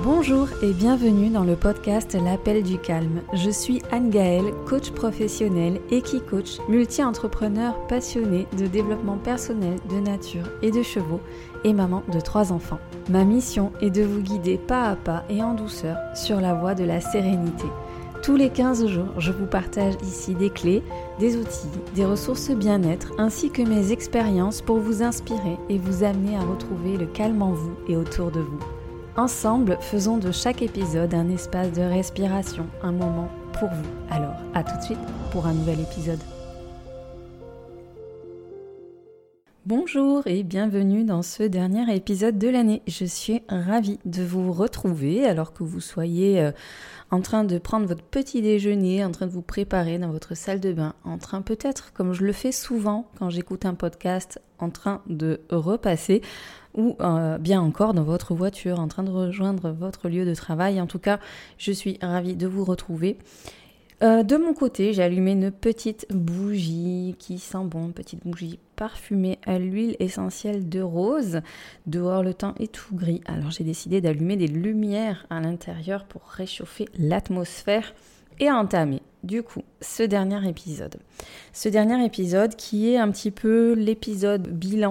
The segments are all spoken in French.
Bonjour et bienvenue dans le podcast L'Appel du Calme. Je suis Anne-Gaëlle, coach professionnel, équi-coach, multi-entrepreneur passionnée de développement personnel, de nature et de chevaux et maman de 3 enfants. Ma mission est de vous guider pas à pas et en douceur sur la voie de la sérénité. Tous les 15 jours, je vous partage ici des clés, des outils, des ressources bien-être ainsi que mes expériences pour vous inspirer et vous amener à retrouver le calme en vous et autour de vous. Ensemble, faisons de chaque épisode un espace de respiration, un moment pour vous. Alors, à tout de suite pour un nouvel épisode. Bonjour et bienvenue dans ce dernier épisode de l'année. Je suis ravie de vous retrouver alors que vous soyez en train de prendre votre petit déjeuner, en train de vous préparer dans votre salle de bain, en train peut-être, comme je le fais souvent quand j'écoute un podcast, en train de repasser ou bien encore dans votre voiture, en train de rejoindre votre lieu de travail. En tout cas, je suis ravie de vous retrouver. De mon côté, j'ai allumé une petite bougie qui sent bon, une petite bougie parfumée à l'huile essentielle de rose. Dehors, le temps est tout gris, alors j'ai décidé d'allumer des lumières à l'intérieur pour réchauffer l'atmosphère et entamer, du coup, ce dernier épisode. Ce dernier épisode qui est un petit peu l'épisode bilan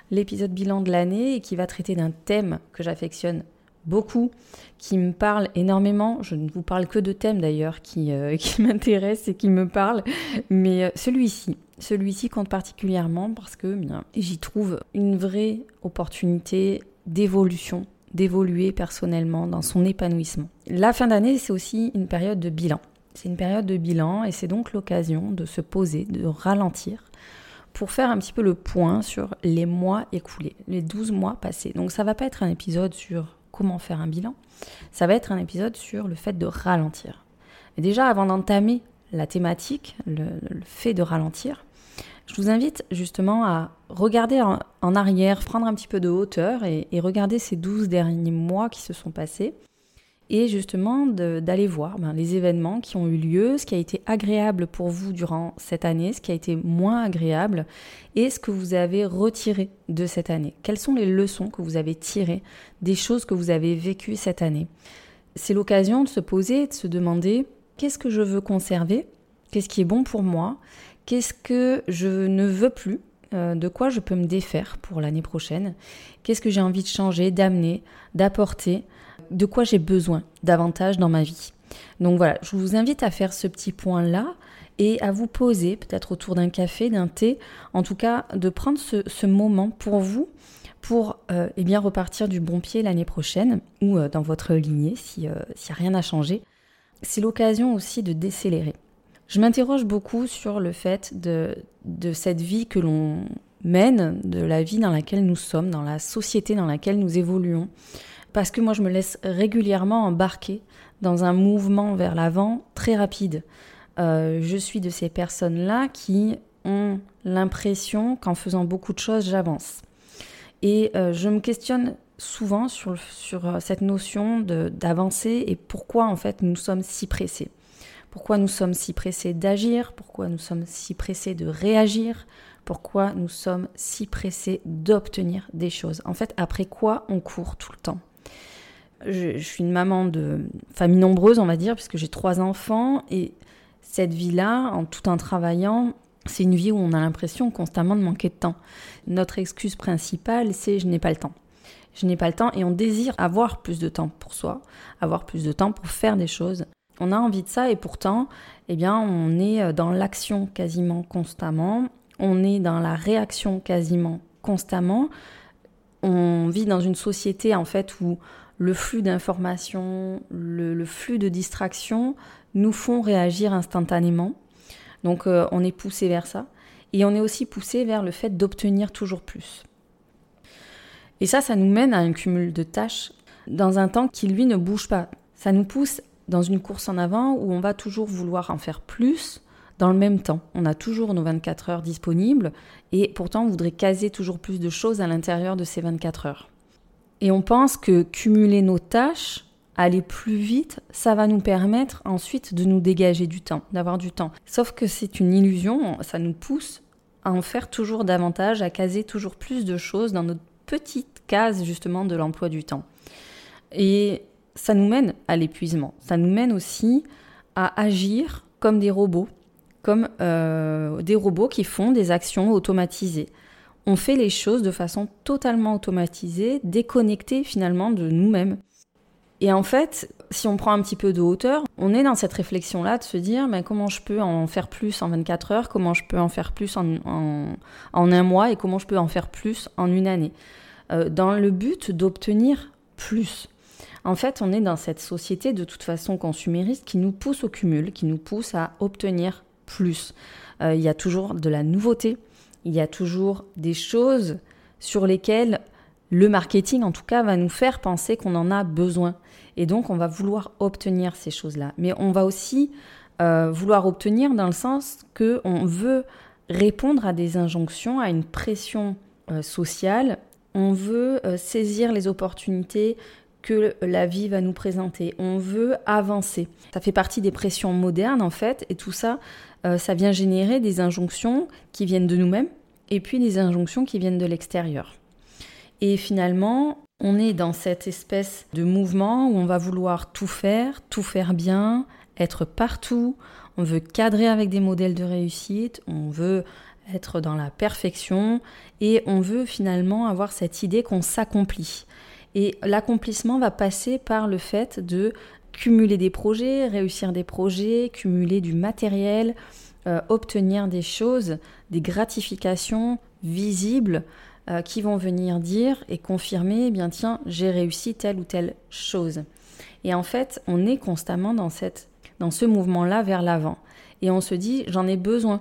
de l'année et qui va traiter d'un thème que j'affectionne beaucoup, qui me parle énormément. Je ne vous parle que de thèmes d'ailleurs qui m'intéressent et qui me parlent, mais celui-ci compte particulièrement parce que j'y trouve une vraie opportunité d'évolution, d'évoluer personnellement dans son épanouissement. La fin d'année, c'est aussi une période de bilan. C'est une période de bilan et c'est donc l'occasion de se poser, de ralentir pour faire un petit peu le point sur les mois écoulés, les 12 mois passés. Donc ça va pas être un épisode sur comment faire un bilan, ça va être un épisode sur le fait de ralentir. Et déjà, avant d'entamer la thématique, le fait de ralentir, je vous invite justement à regarder en arrière, prendre un petit peu de hauteur et regarder ces 12 derniers mois qui se sont passés et justement d'aller voir les événements qui ont eu lieu, ce qui a été agréable pour vous durant cette année, ce qui a été moins agréable et ce que vous avez retiré de cette année. Quelles sont les leçons que vous avez tirées des choses que vous avez vécues cette année? C'est l'occasion de se poser et de se demander qu'est-ce que je veux conserver, qu'est-ce qui est bon pour moi, qu'est-ce que je ne veux plus, de quoi je peux me défaire pour l'année prochaine, qu'est-ce que j'ai envie de changer, d'amener, d'apporter, de quoi j'ai besoin davantage dans ma vie. Donc voilà, je vous invite à faire ce petit point-là et à vous poser peut-être autour d'un café, d'un thé, en tout cas de prendre ce moment pour vous, pour repartir du bon pied l'année prochaine ou dans votre lignée s'il n'y a rien à changer. C'est l'occasion aussi de décélérer. Je m'interroge beaucoup sur le fait de cette vie que l'on mène, de la vie dans laquelle nous sommes, dans la société dans laquelle nous évoluons. Parce que moi, je me laisse régulièrement embarquer dans un mouvement vers l'avant très rapide. Je suis de ces personnes-là qui ont l'impression qu'en faisant beaucoup de choses, j'avance. Et je me questionne souvent sur cette notion d'avancer et pourquoi en fait nous sommes si pressés. Pourquoi nous sommes si pressés d'agir, pourquoi nous sommes si pressés de réagir, pourquoi nous sommes si pressés d'obtenir des choses. En fait, après quoi on court tout le temps. Je suis une maman de famille nombreuse, on va dire, puisque j'ai 3 enfants. Et cette vie-là, tout en travaillant, c'est une vie où on a l'impression constamment de manquer de temps. Notre excuse principale, c'est « je n'ai pas le temps ». Je n'ai pas le temps et on désire avoir plus de temps pour soi, avoir plus de temps pour faire des choses. On a envie de ça et pourtant, on est dans l'action quasiment constamment. On est dans la réaction quasiment constamment. On vit dans une société en fait où le flux d'informations, le flux de distractions nous font réagir instantanément. Donc on est poussé vers ça. Et on est aussi poussé vers le fait d'obtenir toujours plus. Et ça nous mène à un cumul de tâches dans un temps qui, lui, ne bouge pas. Ça nous pousse dans une course en avant où on va toujours vouloir en faire plus dans le même temps. On a toujours nos 24 heures disponibles et pourtant on voudrait caser toujours plus de choses à l'intérieur de ces 24 heures. Et on pense que cumuler nos tâches, aller plus vite, ça va nous permettre ensuite de nous dégager du temps, d'avoir du temps. Sauf que c'est une illusion, ça nous pousse à en faire toujours davantage, à caser toujours plus de choses dans notre petite case justement de l'emploi du temps. Et ça nous mène à l'épuisement. Ça nous mène aussi à agir comme des robots, comme des robots qui font des actions automatisées. On fait les choses de façon totalement automatisée, déconnectée finalement de nous-mêmes. Et en fait, si on prend un petit peu de hauteur, on est dans cette réflexion-là de se dire mais comment je peux en faire plus en 24 heures, comment je peux en faire plus en un mois et comment je peux en faire plus en une année, dans le but d'obtenir plus. En fait, on est dans cette société de toute façon consumériste qui nous pousse au cumul, qui nous pousse à obtenir plus. Il y a toujours de la nouveauté, il y a toujours des choses sur lesquelles le marketing, en tout cas, va nous faire penser qu'on en a besoin. Et donc, on va vouloir obtenir ces choses-là. Mais on va aussi vouloir obtenir dans le sens qu'on veut répondre à des injonctions, à une pression sociale. On veut saisir les opportunités que la vie va nous présenter. On veut avancer. Ça fait partie des pressions modernes, en fait. Et tout ça, ça vient générer des injonctions qui viennent de nous-mêmes et puis des injonctions qui viennent de l'extérieur. Et finalement, on est dans cette espèce de mouvement où on va vouloir tout faire bien, être partout. On veut cadrer avec des modèles de réussite, on veut être dans la perfection et on veut finalement avoir cette idée qu'on s'accomplit. Et l'accomplissement va passer par le fait de cumuler des projets, réussir des projets, cumuler du matériel, obtenir des choses, des gratifications visibles qui vont venir dire et confirmer, eh bien tiens, j'ai réussi telle ou telle chose. Et en fait, on est constamment dans ce mouvement-là vers l'avant. Et on se dit, j'en ai besoin.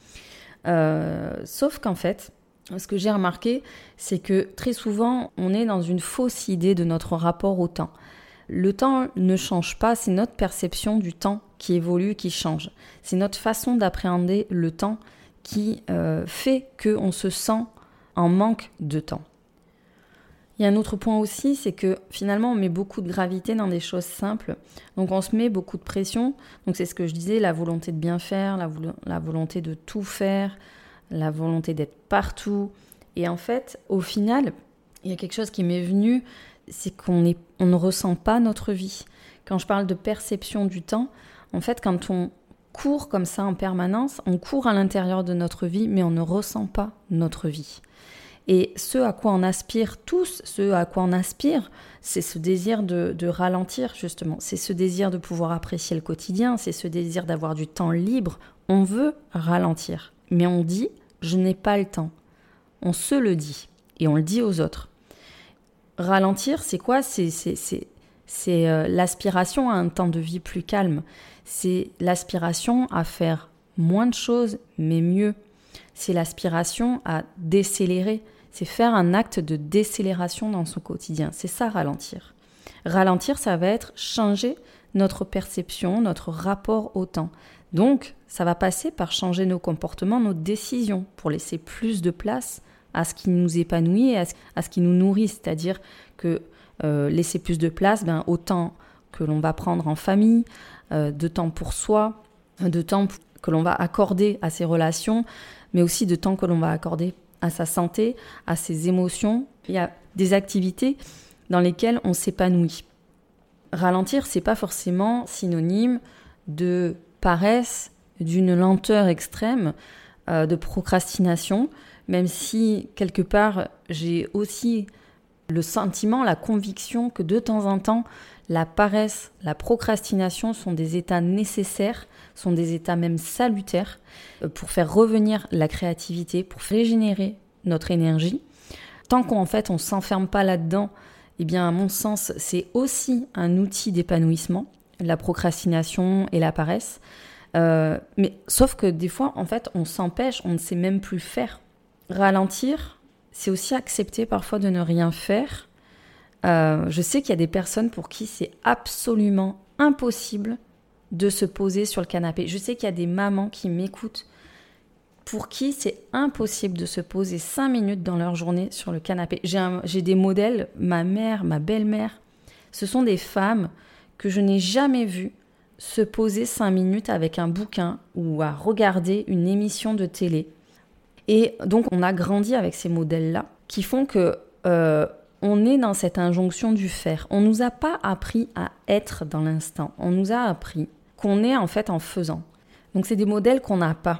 Sauf qu'en fait, ce que j'ai remarqué, c'est que très souvent, on est dans une fausse idée de notre rapport au temps. Le temps ne change pas, c'est notre perception du temps qui évolue, qui change. C'est notre façon d'appréhender le temps qui fait qu'on se sent en manque de temps. Il y a un autre point aussi, c'est que finalement on met beaucoup de gravité dans des choses simples, donc on se met beaucoup de pression, donc c'est ce que je disais, la volonté de bien faire, la volonté de tout faire, la volonté d'être partout, et en fait au final, il y a quelque chose qui m'est venu, c'est qu'on ne ressent pas notre vie. Quand je parle de perception du temps, en fait quand on court comme ça en permanence, on court à l'intérieur de notre vie, mais on ne ressent pas notre vie. Et ce à quoi on aspire tous, c'est ce désir de ralentir justement, c'est ce désir de pouvoir apprécier le quotidien, c'est ce désir d'avoir du temps libre. On veut ralentir, mais on dit « je n'ai pas le temps ». On se le dit et on le dit aux autres. Ralentir, c'est quoi ? C'est l'aspiration à un temps de vie plus calme. C'est l'aspiration à faire moins de choses, mais mieux. C'est l'aspiration à décélérer. C'est faire un acte de décélération dans son quotidien. C'est ça, ralentir. Ralentir, ça va être changer notre perception, notre rapport au temps. Donc, ça va passer par changer nos comportements, nos décisions, pour laisser plus de place à ce qui nous épanouit et à ce qui nous nourrit. C'est-à-dire que laisser plus de place au temps que l'on va prendre en famille, de temps pour soi, de temps que l'on va accorder à ses relations, mais aussi de temps que l'on va accorder à sa santé, à ses émotions. Il y a des activités dans lesquelles on s'épanouit. Ralentir, c'est pas forcément synonyme de paresse, d'une lenteur extrême, de procrastination, même si quelque part j'ai aussi le sentiment, la conviction que de temps en temps, la paresse, la procrastination sont des états nécessaires, sont des états même salutaires pour faire revenir la créativité, pour régénérer notre énergie. Tant qu'en fait on ne s'enferme pas là-dedans, eh bien à mon sens c'est aussi un outil d'épanouissement, la procrastination et la paresse. Mais sauf que des fois en fait on s'empêche, on ne sait même plus faire. Ralentir, c'est aussi accepter parfois de ne rien faire. Je sais qu'il y a des personnes pour qui c'est absolument impossible de se poser sur le canapé. Je sais qu'il y a des mamans qui m'écoutent pour qui c'est impossible de se poser 5 minutes dans leur journée sur le canapé. J'ai des modèles, ma mère, ma belle-mère, ce sont des femmes que je n'ai jamais vues se poser 5 minutes avec un bouquin ou à regarder une émission de télé. Et donc on a grandi avec ces modèles-là qui font que on est dans cette injonction du faire. On ne nous a pas appris à être dans l'instant. On nous a appris qu'on est en fait en faisant. Donc c'est des modèles qu'on n'a pas.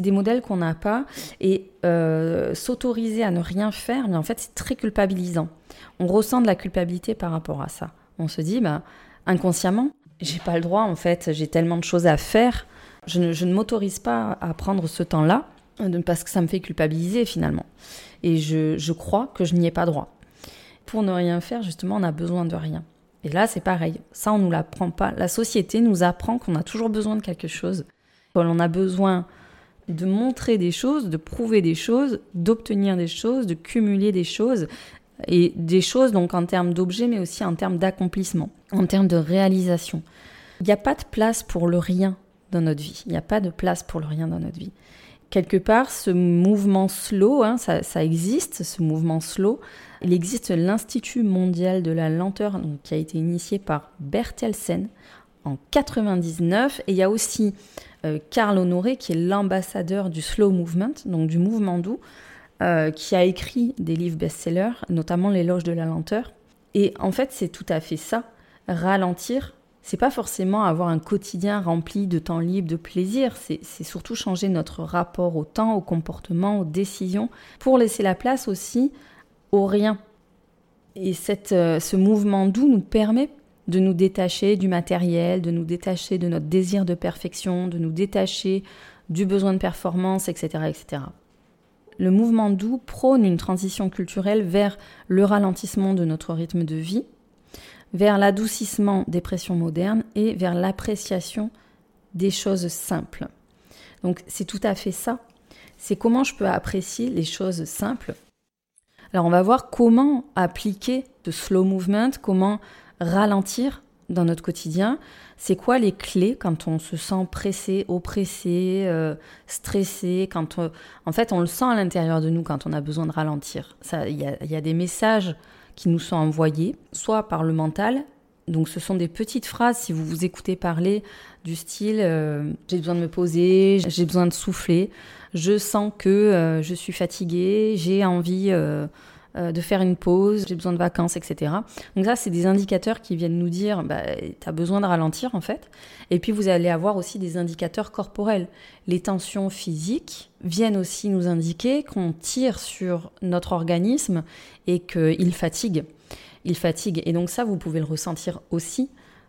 Et s'autoriser à ne rien faire, mais en fait c'est très culpabilisant. On ressent de la culpabilité par rapport à ça. On se dit, inconsciemment, j'ai pas le droit en fait, j'ai tellement de choses à faire. Je ne m'autorise pas à prendre ce temps-là parce que ça me fait culpabiliser finalement. Et je crois que je n'y ai pas droit. Pour ne rien faire, justement, on a besoin de rien. Et là, c'est pareil. Ça, on ne nous l'apprend pas. La société nous apprend qu'on a toujours besoin de quelque chose. On a besoin de montrer des choses, de prouver des choses, d'obtenir des choses, de cumuler des choses. Et des choses, donc, en termes d'objets, mais aussi en termes d'accomplissement, en termes de réalisation. Il n'y a pas de place pour le rien dans notre vie. Il n'y a pas de place pour le rien dans notre vie. Quelque part, ce mouvement slow, ça existe, ce mouvement slow. Il existe l'Institut mondial de la lenteur, donc, qui a été initié par Bertelsen en 99. Et il y a aussi Carl Honoré, qui est l'ambassadeur du slow movement, donc du mouvement doux, qui a écrit des livres best-sellers, notamment L'éloge de la lenteur. Et en fait, c'est tout à fait ça. Ralentir, c'est pas forcément avoir un quotidien rempli de temps libre, de plaisir. C'est surtout changer notre rapport au temps, au comportement, aux décisions, pour laisser la place aussi au rien. Et ce mouvement doux nous permet de nous détacher du matériel, de nous détacher de notre désir de perfection, de nous détacher du besoin de performance, etc., etc. Le mouvement doux prône une transition culturelle vers le ralentissement de notre rythme de vie, vers l'adoucissement des pressions modernes et vers l'appréciation des choses simples. Donc c'est tout à fait ça. C'est comment je peux apprécier les choses simples. Alors on va voir comment appliquer ce slow movement, comment ralentir dans notre quotidien. C'est quoi les clés quand on se sent pressé, oppressé, stressé, en fait on le sent à l'intérieur de nous quand on a besoin de ralentir. Il y a des messages qui nous sont envoyés, soit par le mental, donc ce sont des petites phrases, si vous vous écoutez parler, du style j'ai besoin de me poser, j'ai besoin de souffler, je sens que je suis fatiguée, j'ai envie de faire une pause, j'ai besoin de vacances, etc. Donc ça, c'est des indicateurs qui viennent nous dire tu as besoin de ralentir en fait. Et puis vous allez avoir aussi des indicateurs corporels. Les tensions physiques viennent aussi nous indiquer qu'on tire sur notre organisme et qu'il fatigue. Il fatigue. Et donc ça, vous pouvez le ressentir aussi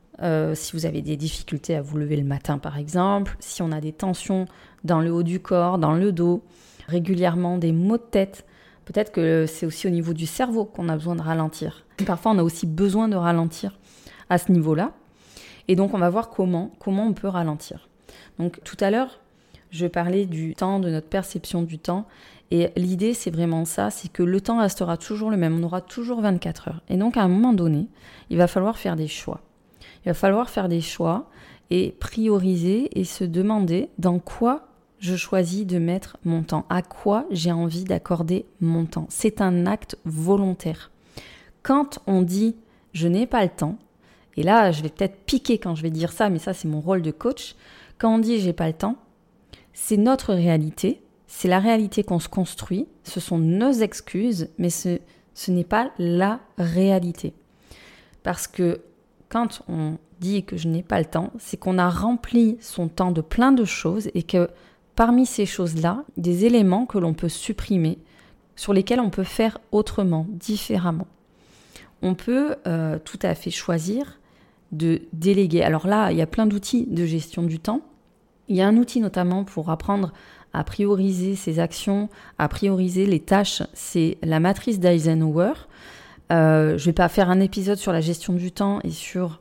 si vous avez des difficultés à vous lever le matin par exemple, si on a des tensions dans le haut du corps, dans le dos, régulièrement des maux de tête. Peut-être que c'est aussi au niveau du cerveau qu'on a besoin de ralentir. Parfois, on a aussi besoin de ralentir à ce niveau-là. Et donc, on va voir comment on peut ralentir. Donc, tout à l'heure, je parlais du temps, de notre perception du temps. Et l'idée, c'est vraiment ça, c'est que le temps restera toujours le même. On aura toujours 24 heures. Et donc, à un moment donné, il va falloir faire des choix. Il va falloir faire des choix et prioriser et se demander dans quoi je choisis de mettre mon temps, à quoi j'ai envie d'accorder mon temps. C'est un acte volontaire. Quand on dit « je n'ai pas le temps », et là je vais peut-être piquer quand je vais dire ça, mais ça c'est mon rôle de coach, quand on dit « j'ai pas le temps », c'est notre réalité, c'est la réalité qu'on se construit, ce sont nos excuses, mais ce n'est pas la réalité. Parce que quand on dit que je n'ai pas le temps, c'est qu'on a rempli son temps de plein de choses et que parmi ces choses-là, des éléments que l'on peut supprimer, sur lesquels on peut faire autrement, différemment. On peut tout à fait choisir de déléguer. Alors là, il y a plein d'outils de gestion du temps. Il y a un outil notamment pour apprendre à prioriser ses actions, à prioriser les tâches. C'est la matrice d'Eisenhower. Je ne vais pas faire un épisode sur la gestion du temps et sur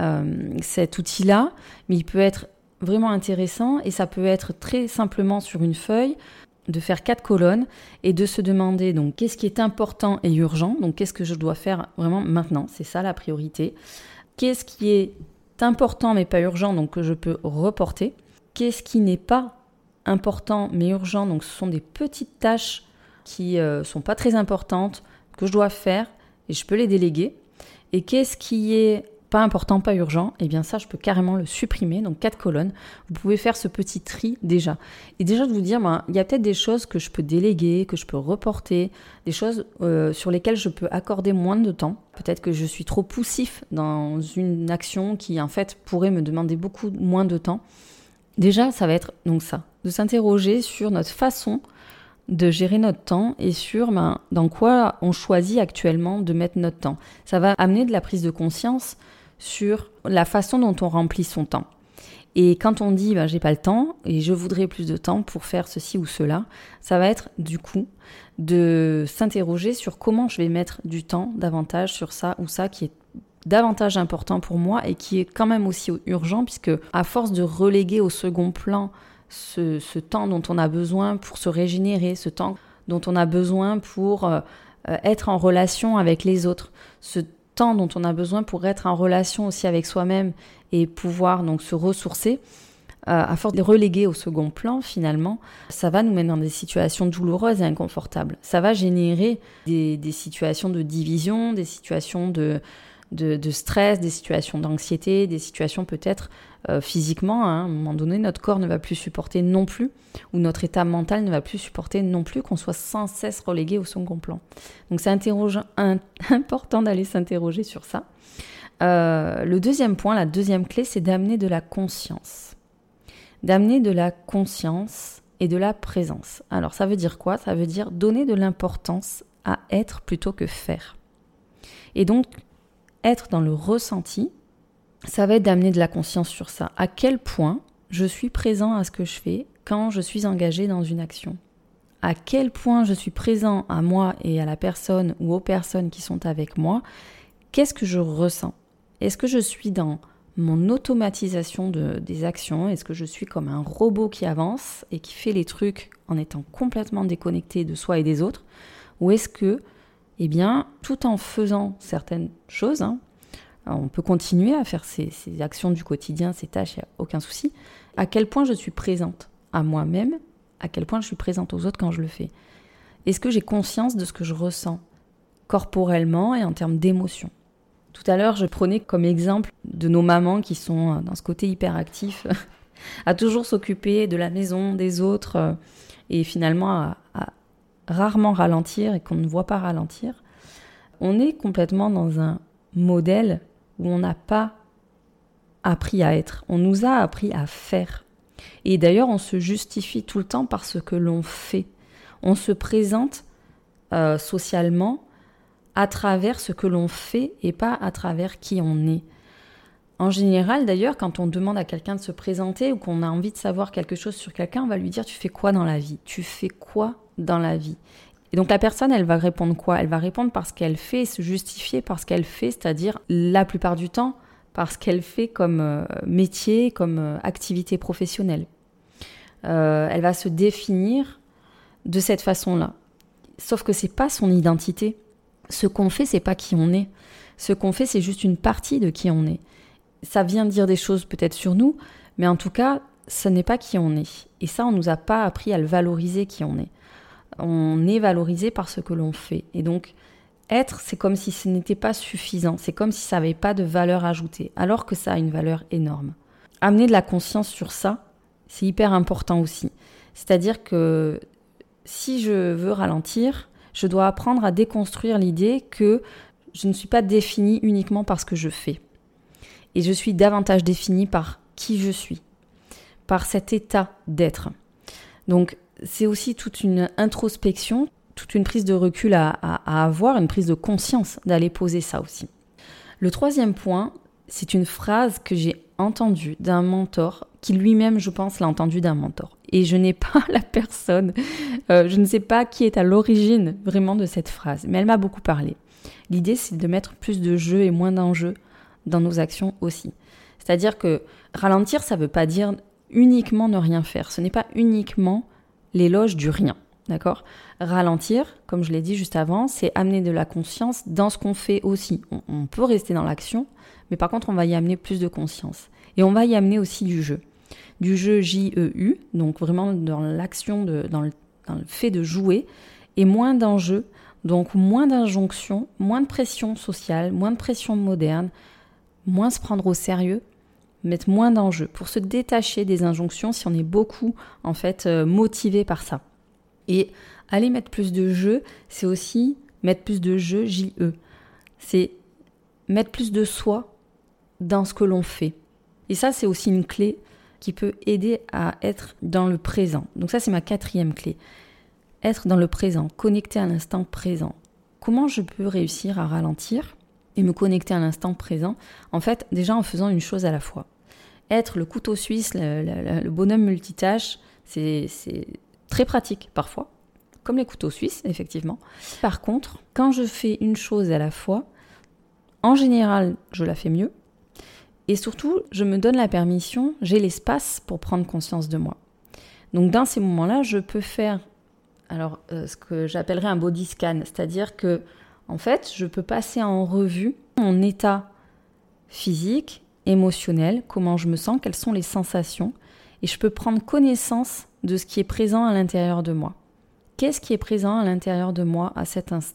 cet outil-là, mais il peut être vraiment intéressant et ça peut être très simplement sur une feuille de faire 4 colonnes et de se demander donc qu'est-ce qui est important et urgent, donc qu'est-ce que je dois faire vraiment maintenant, c'est ça la priorité. Qu'est-ce qui est important mais pas urgent, donc que je peux reporter. Qu'est-ce qui n'est pas important mais urgent, donc ce sont des petites tâches qui sont pas très importantes que je dois faire et je peux les déléguer. Et qu'est-ce qui est pas important, pas urgent, eh bien ça, je peux carrément le supprimer. Donc 4 colonnes, vous pouvez faire ce petit tri déjà. Et déjà de vous dire, il y a peut-être des choses que je peux déléguer, que je peux reporter, des choses sur lesquelles je peux accorder moins de temps. Peut-être que je suis trop poussif dans une action qui en fait pourrait me demander beaucoup moins de temps. Déjà, ça va être donc ça, de s'interroger sur notre façon de gérer notre temps et sur dans quoi on choisit actuellement de mettre notre temps. Ça va amener de la prise de conscience sur la façon dont on remplit son temps. Et quand on dit j'ai pas le temps et je voudrais plus de temps pour faire ceci ou cela, ça va être du coup de s'interroger sur comment je vais mettre du temps davantage sur ça ou ça qui est davantage important pour moi et qui est quand même aussi urgent, puisque à force de reléguer au second plan ce temps dont on a besoin pour se régénérer, ce temps dont on a besoin pour être en relation avec les autres, ce temps dont on a besoin pour être en relation aussi avec soi-même et pouvoir donc se ressourcer, à force de reléguer au second plan, finalement, ça va nous mettre dans des situations douloureuses et inconfortables. Ça va générer des situations de division, des situations de stress, des situations d'anxiété, des situations peut-être physiquement, à un moment donné, notre corps ne va plus supporter non plus, ou notre état mental ne va plus supporter non plus qu'on soit sans cesse relégué au second plan. Donc c'est important d'aller s'interroger sur ça. Le deuxième point, la deuxième clé, c'est d'amener de la conscience. D'amener de la conscience et de la présence. Alors ça veut dire quoi ? Ça veut dire donner de l'importance à être plutôt que faire. Et donc, être dans le ressenti, ça va être d'amener de la conscience sur ça. À quel point je suis présent à ce que je fais quand je suis engagé dans une action. À quel point je suis présent à moi et à la personne ou aux personnes qui sont avec moi. Qu'est-ce que je ressens ? Est-ce que je suis dans mon automatisation des actions ? Est-ce que je suis comme un robot qui avance et qui fait les trucs en étant complètement déconnecté de soi et des autres ? Ou est-ce que tout en faisant certaines choses, on peut continuer à faire ces actions du quotidien, ces tâches, il n'y a aucun souci. À quel point je suis présente à moi-même, à quel point je suis présente aux autres quand je le fais. Est-ce que j'ai conscience de ce que je ressens corporellement et en termes d'émotion ? Tout à l'heure, je prenais comme exemple de nos mamans qui sont dans ce côté hyperactif, à toujours s'occuper de la maison, des autres, et finalement à rarement ralentir et qu'on ne voit pas ralentir. On est complètement dans un modèle où on n'a pas appris à être. On nous a appris à faire. Et d'ailleurs, on se justifie tout le temps par ce que l'on fait. On se présente socialement à travers ce que l'on fait et pas à travers qui on est. En général, d'ailleurs, quand on demande à quelqu'un de se présenter ou qu'on a envie de savoir quelque chose sur quelqu'un, on va lui dire « Tu fais quoi dans la vie ? Tu fais quoi dans la vie ?» Et donc la personne, elle va répondre quoi ? Elle va répondre par ce qu'elle fait et se justifier par ce qu'elle fait, c'est-à-dire la plupart du temps par ce qu'elle fait comme métier, comme activité professionnelle. Elle va se définir de cette façon-là. Sauf que c'est pas son identité. Ce qu'on fait, c'est pas qui on est. Ce qu'on fait, c'est juste une partie de qui on est. Ça vient dire des choses peut-être sur nous, mais en tout cas, ce n'est pas qui on est. Et ça, on nous a pas appris à le valoriser qui on est. On est valorisé par ce que l'on fait. Et donc, être, c'est comme si ce n'était pas suffisant. C'est comme si ça n'avait pas de valeur ajoutée, alors que ça a une valeur énorme. Amener de la conscience sur ça, c'est hyper important aussi. C'est-à-dire que si je veux ralentir, je dois apprendre à déconstruire l'idée que je ne suis pas définie uniquement par ce que je fais. Et je suis davantage définie par qui je suis, par cet état d'être. Donc, c'est aussi toute une introspection, toute une prise de recul à avoir, une prise de conscience d'aller poser ça aussi. Le troisième point, c'est une phrase que j'ai entendue d'un mentor, qui lui-même, je pense, l'a entendue d'un mentor. Et je n'ai pas la personne, je ne sais pas qui est à l'origine vraiment de cette phrase, mais elle m'a beaucoup parlé. L'idée, c'est de mettre plus de jeu et moins d'enjeu dans nos actions aussi. C'est-à-dire que ralentir, ça ne veut pas dire uniquement ne rien faire. Ce n'est pas uniquement l'éloge du rien, d'accord ? Ralentir, comme je l'ai dit juste avant, c'est amener de la conscience dans ce qu'on fait aussi. On peut rester dans l'action, mais par contre, on va y amener plus de conscience. Et on va y amener aussi du jeu. Du jeu J-E-U, donc vraiment dans l'action, dans le fait de jouer, et moins d'enjeux, donc moins d'injonctions, moins de pression sociale, moins de pression moderne, moins se prendre au sérieux, mettre moins d'enjeux, pour se détacher des injonctions si on est beaucoup en fait motivé par ça. Et aller mettre plus de jeu, c'est aussi mettre plus de jeu, J-E. C'est mettre plus de soi dans ce que l'on fait. Et ça, c'est aussi une clé qui peut aider à être dans le présent. Donc ça, c'est ma 4e clé. Être dans le présent, connecter à l'instant présent. Comment je peux réussir à ralentir et me connecter à l'instant présent? En fait, déjà en faisant une chose à la fois. Être le couteau suisse, le bonhomme multitâche, c'est très pratique parfois, comme les couteaux suisses, effectivement. Par contre, quand je fais une chose à la fois, en général, je la fais mieux. Et surtout, je me donne la permission, j'ai l'espace pour prendre conscience de moi. Donc dans ces moments-là, je peux faire ce que j'appellerais un body scan, c'est-à-dire que en fait, je peux passer en revue mon état physique, émotionnel, comment je me sens, quelles sont les sensations, et je peux prendre connaissance de ce qui est présent à l'intérieur de moi. Qu'est-ce qui est présent à l'intérieur de moi à cet instant ?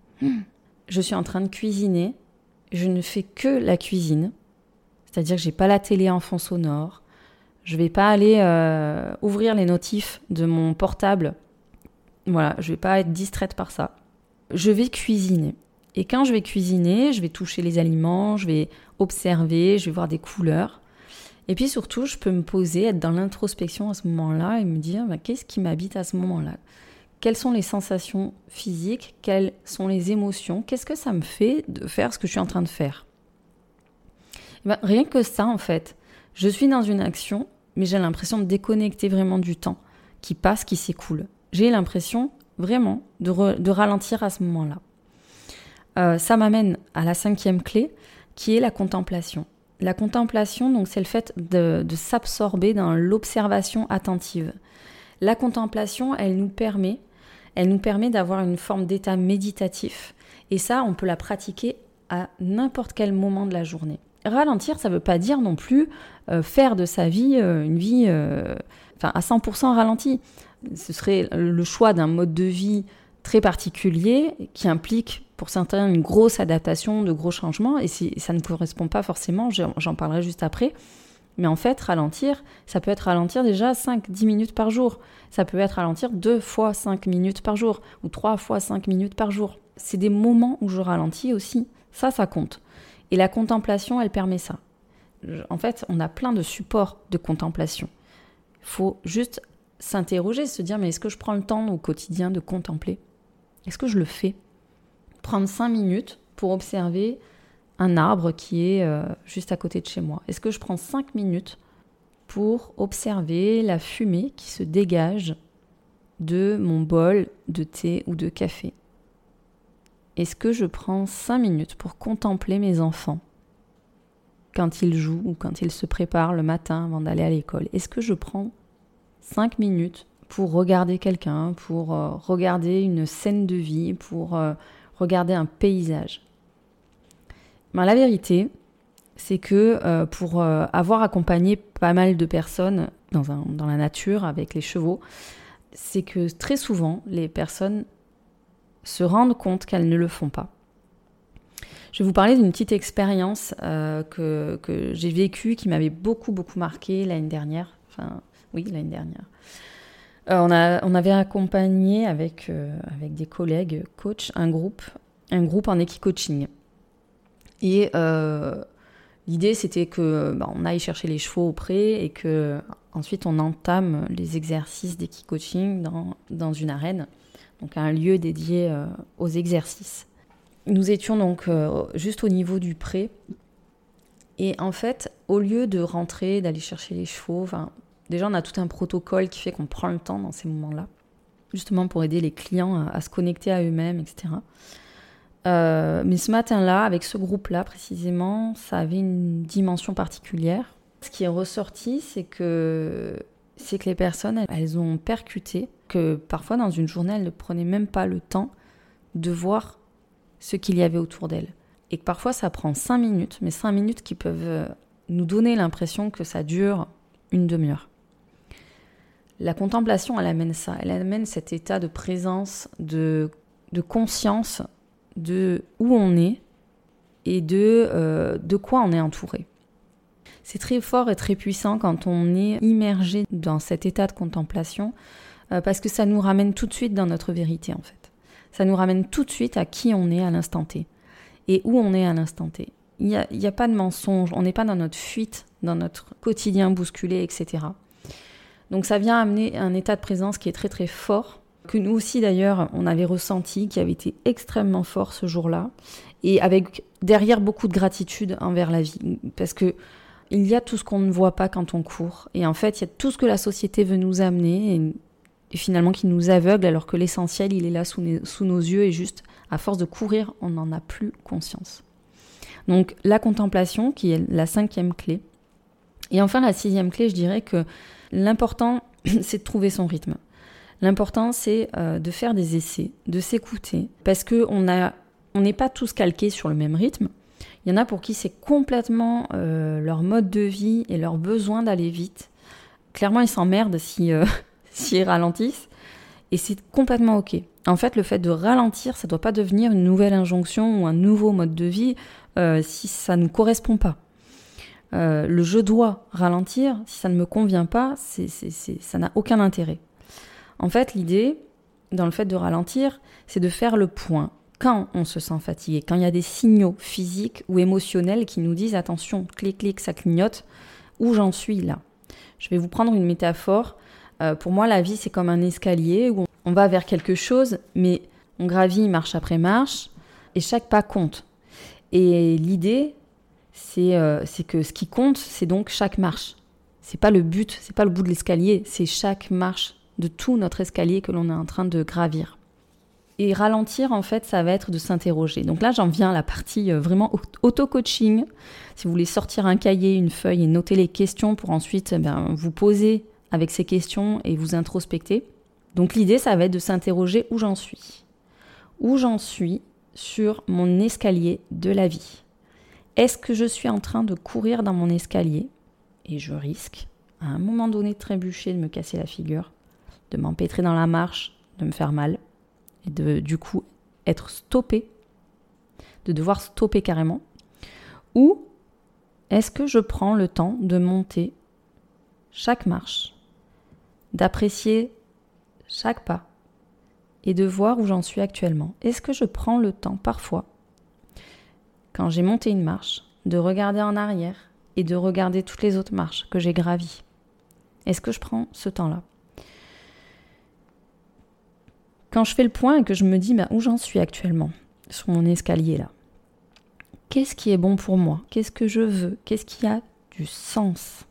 Je suis en train de cuisiner, je ne fais que la cuisine, c'est-à-dire que je n'ai pas la télé en fond sonore, je ne vais pas aller ouvrir les notifs de mon portable, voilà, je ne vais pas être distraite par ça. Je vais cuisiner. Et quand je vais cuisiner, je vais toucher les aliments, je vais observer, je vais voir des couleurs. Et puis surtout, je peux me poser, être dans l'introspection à ce moment-là et me dire qu'est-ce qui m'habite à ce moment-là ? Quelles sont les sensations physiques ? Quelles sont les émotions ? Qu'est-ce que ça me fait de faire ce que je suis en train de faire ? Rien que ça, en fait. Je suis dans une action, mais j'ai l'impression de déconnecter vraiment du temps qui passe, qui s'écoule. J'ai l'impression vraiment de ralentir à ce moment-là. Ça m'amène à la 5e clé, qui est la contemplation. La contemplation, donc, c'est le fait de s'absorber dans l'observation attentive. La contemplation, elle nous permet d'avoir une forme d'état méditatif. Et ça, on peut la pratiquer à n'importe quel moment de la journée. Ralentir, ça ne veut pas dire non plus faire de sa vie une vie à 100% ralentie. Ce serait le choix d'un mode de vie très particulier qui implique pour certains une grosse adaptation, de gros changements, et ça ne correspond pas forcément, j'en parlerai juste après. Mais en fait, ralentir, ça peut être ralentir déjà 5-10 minutes par jour. Ça peut être ralentir 2 fois 5 minutes par jour ou 3 fois 5 minutes par jour. C'est des moments où je ralentis aussi. Ça compte. Et la contemplation, elle permet ça. En fait, on a plein de supports de contemplation. Il faut juste s'interroger, se dire, mais est-ce que je prends le temps au quotidien de contempler ? Est-ce que je le fais ? Prendre 5 minutes pour observer un arbre qui est juste à côté de chez moi. Est-ce que je prends 5 minutes pour observer la fumée qui se dégage de mon bol de thé ou de café ? Est-ce que je prends 5 minutes pour contempler mes enfants quand ils jouent ou quand ils se préparent le matin avant d'aller à l'école ? Est-ce que je prends 5 minutes pour regarder quelqu'un, pour regarder une scène de vie, pour regarder un paysage ? La vérité, c'est que pour avoir accompagné pas mal de personnes dans la nature avec les chevaux, c'est que très souvent, les personnes se rendent compte qu'elles ne le font pas. Je vais vous parler d'une petite expérience que j'ai vécue, qui m'avait beaucoup marqué l'année dernière. L'année dernière. On avait accompagné avec des collègues coachs un groupe en équicoaching. Et l'idée, c'était que on aille chercher les chevaux au pré et que ensuite on entame les exercices d'équicoaching dans une arène, donc un lieu dédié aux exercices. Nous étions donc juste au niveau du pré. Et en fait, au lieu de rentrer, d'aller chercher les chevaux, déjà on a tout un protocole qui fait qu'on prend le temps dans ces moments-là, justement pour aider les clients à se connecter à eux-mêmes, etc. Mais ce matin-là, avec ce groupe-là précisément, ça avait une dimension particulière. Ce qui est ressorti, c'est que les personnes, elles ont percuté que parfois dans une journée, elles ne prenaient même pas le temps de voir ce qu'il y avait autour d'elles. Et que parfois ça prend 5 minutes, mais 5 minutes qui peuvent nous donner l'impression que ça dure une demi-heure. La contemplation, elle amène ça, elle amène cet état de présence, de conscience de où on est et de quoi on est entouré. C'est très fort et très puissant quand on est immergé dans cet état de contemplation parce que ça nous ramène tout de suite dans notre vérité en fait. Ça nous ramène tout de suite à qui on est à l'instant T et où on est à l'instant T. Il y a pas de mensonge, on n'est pas dans notre fuite, dans notre quotidien bousculé, etc. Donc ça vient amener un état de présence qui est très très fort, que nous aussi d'ailleurs on avait ressenti, qui avait été extrêmement fort ce jour-là, et avec derrière beaucoup de gratitude envers la vie, parce que il y a tout ce qu'on ne voit pas quand on court, et en fait il y a tout ce que la société veut nous amener, et finalement qui nous aveugle, alors que l'essentiel il est là sous nos yeux, et juste à force de courir on n'en a plus conscience. Donc la contemplation qui est la 5e clé, et enfin la 6e clé, je dirais que l'important c'est de trouver son rythme. L'important c'est de faire des essais, de s'écouter, parce qu'on n'est pas tous calqués sur le même rythme. Il y en a pour qui c'est complètement leur mode de vie et leur besoin d'aller vite. Clairement, ils s'emmerdent s'ils ralentissent. Et c'est complètement OK. En fait, le fait de ralentir, ça ne doit pas devenir une nouvelle injonction ou un nouveau mode de vie si ça ne correspond pas. Le je dois ralentir, si ça ne me convient pas, ça n'a aucun intérêt. En fait, l'idée, dans le fait de ralentir, c'est de faire le point. Quand on se sent fatigué, quand il y a des signaux physiques ou émotionnels qui nous disent « Attention, clic, ça clignote, où j'en suis là ?» Je vais vous prendre une métaphore. Pour moi, la vie, c'est comme un escalier où on va vers quelque chose, mais on gravit marche après marche, et chaque pas compte. Et l'idée, c'est que ce qui compte, c'est donc chaque marche. C'est pas le but, c'est pas le bout de l'escalier, c'est chaque marche de tout notre escalier que l'on est en train de gravir. Et ralentir, en fait, ça va être de s'interroger. Donc là, j'en viens à la partie vraiment auto-coaching. Si vous voulez sortir un cahier, une feuille et noter les questions pour ensuite vous poser avec ces questions et vous introspecter. Donc l'idée, ça va être de s'interroger où j'en suis. Où j'en suis sur mon escalier de la vie. Est-ce que je suis en train de courir dans mon escalier et je risque, à un moment donné, de trébucher, de me casser la figure, de m'empêtrer dans la marche, de me faire mal et de, du coup, être stoppé, de devoir stopper carrément. Ou est-ce que je prends le temps de monter chaque marche, d'apprécier chaque pas et de voir où j'en suis actuellement. Est-ce que je prends le temps parfois, quand j'ai monté une marche, de regarder en arrière et de regarder toutes les autres marches que j'ai gravies? Est-ce que je prends ce temps-là? Quand je fais le point et que je me dis où j'en suis actuellement sur mon escalier là, qu'est-ce qui est bon pour moi? Qu'est-ce que je veux? Qu'est-ce qui a du sens?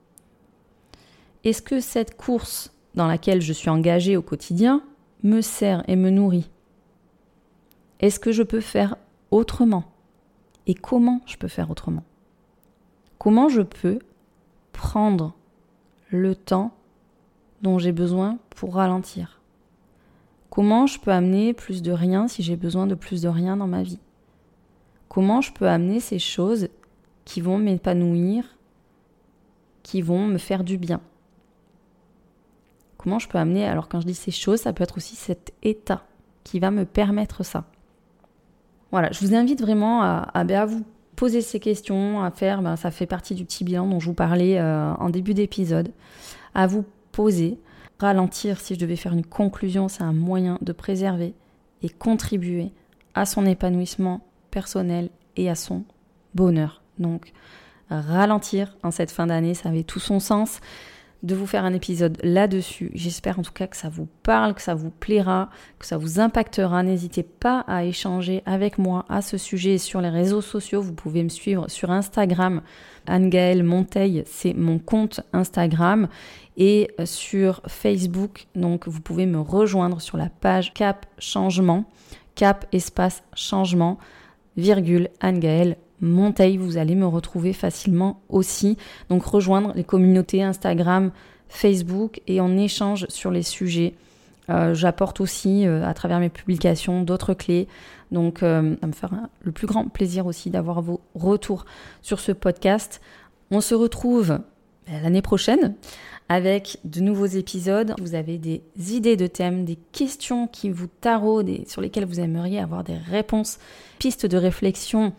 Est-ce que cette course dans laquelle je suis engagée au quotidien me sert et me nourrit? Est-ce que je peux faire autrement? Et comment je peux faire autrement? Comment je peux prendre le temps dont j'ai besoin pour ralentir? Comment je peux amener plus de rien si j'ai besoin de plus de rien dans ma vie? Comment je peux amener ces choses qui vont m'épanouir, qui vont me faire du bien? Comment je peux amener, alors quand je dis ces choses, ça peut être aussi cet état qui va me permettre ça. Voilà, je vous invite vraiment à vous poser ces questions, à faire, ça fait partie du petit bilan dont je vous parlais en début d'épisode, à vous poser. Ralentir, si je devais faire une conclusion, c'est un moyen de préserver et contribuer à son épanouissement personnel et à son bonheur. Donc, ralentir en cette fin d'année, ça avait tout son sens de vous faire un épisode là-dessus. J'espère en tout cas que ça vous parle, que ça vous plaira, que ça vous impactera. N'hésitez pas à échanger avec moi à ce sujet sur les réseaux sociaux. Vous pouvez me suivre sur Instagram. Anne-Gaëlle Monteil, c'est mon compte Instagram. Et sur Facebook, donc vous pouvez me rejoindre sur la page Cap Changement, Cap espace Changement, virgule Anne-Gaëlle Monteil. Vous allez me retrouver facilement aussi. Donc rejoindre les communautés Instagram, Facebook et on échange sur les sujets. J'apporte aussi à travers mes publications d'autres clés. Donc ça me fera le plus grand plaisir aussi d'avoir vos retours sur ce podcast. On se retrouve l'année prochaine avec de nouveaux épisodes. Vous avez des idées de thèmes, des questions qui vous taraudent et sur lesquelles vous aimeriez avoir des réponses, pistes de réflexion.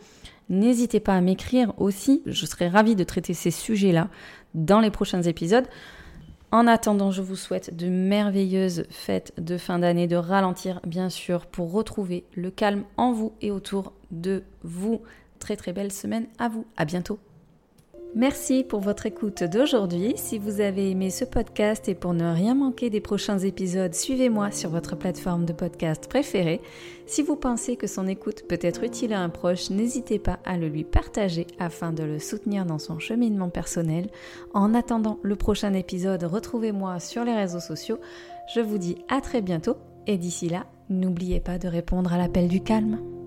N'hésitez pas à m'écrire aussi, je serais ravie de traiter ces sujets-là dans les prochains épisodes. En attendant, je vous souhaite de merveilleuses fêtes de fin d'année, de ralentir bien sûr pour retrouver le calme en vous et autour de vous. Très très belle semaine à vous, à bientôt. Merci pour votre écoute d'aujourd'hui. Si vous avez aimé ce podcast et pour ne rien manquer des prochains épisodes, suivez-moi sur votre plateforme de podcast préférée. Si vous pensez que son écoute peut être utile à un proche, n'hésitez pas à le lui partager afin de le soutenir dans son cheminement personnel. En attendant le prochain épisode, retrouvez-moi sur les réseaux sociaux. Je vous dis à très bientôt et d'ici là, n'oubliez pas de répondre à l'appel du calme.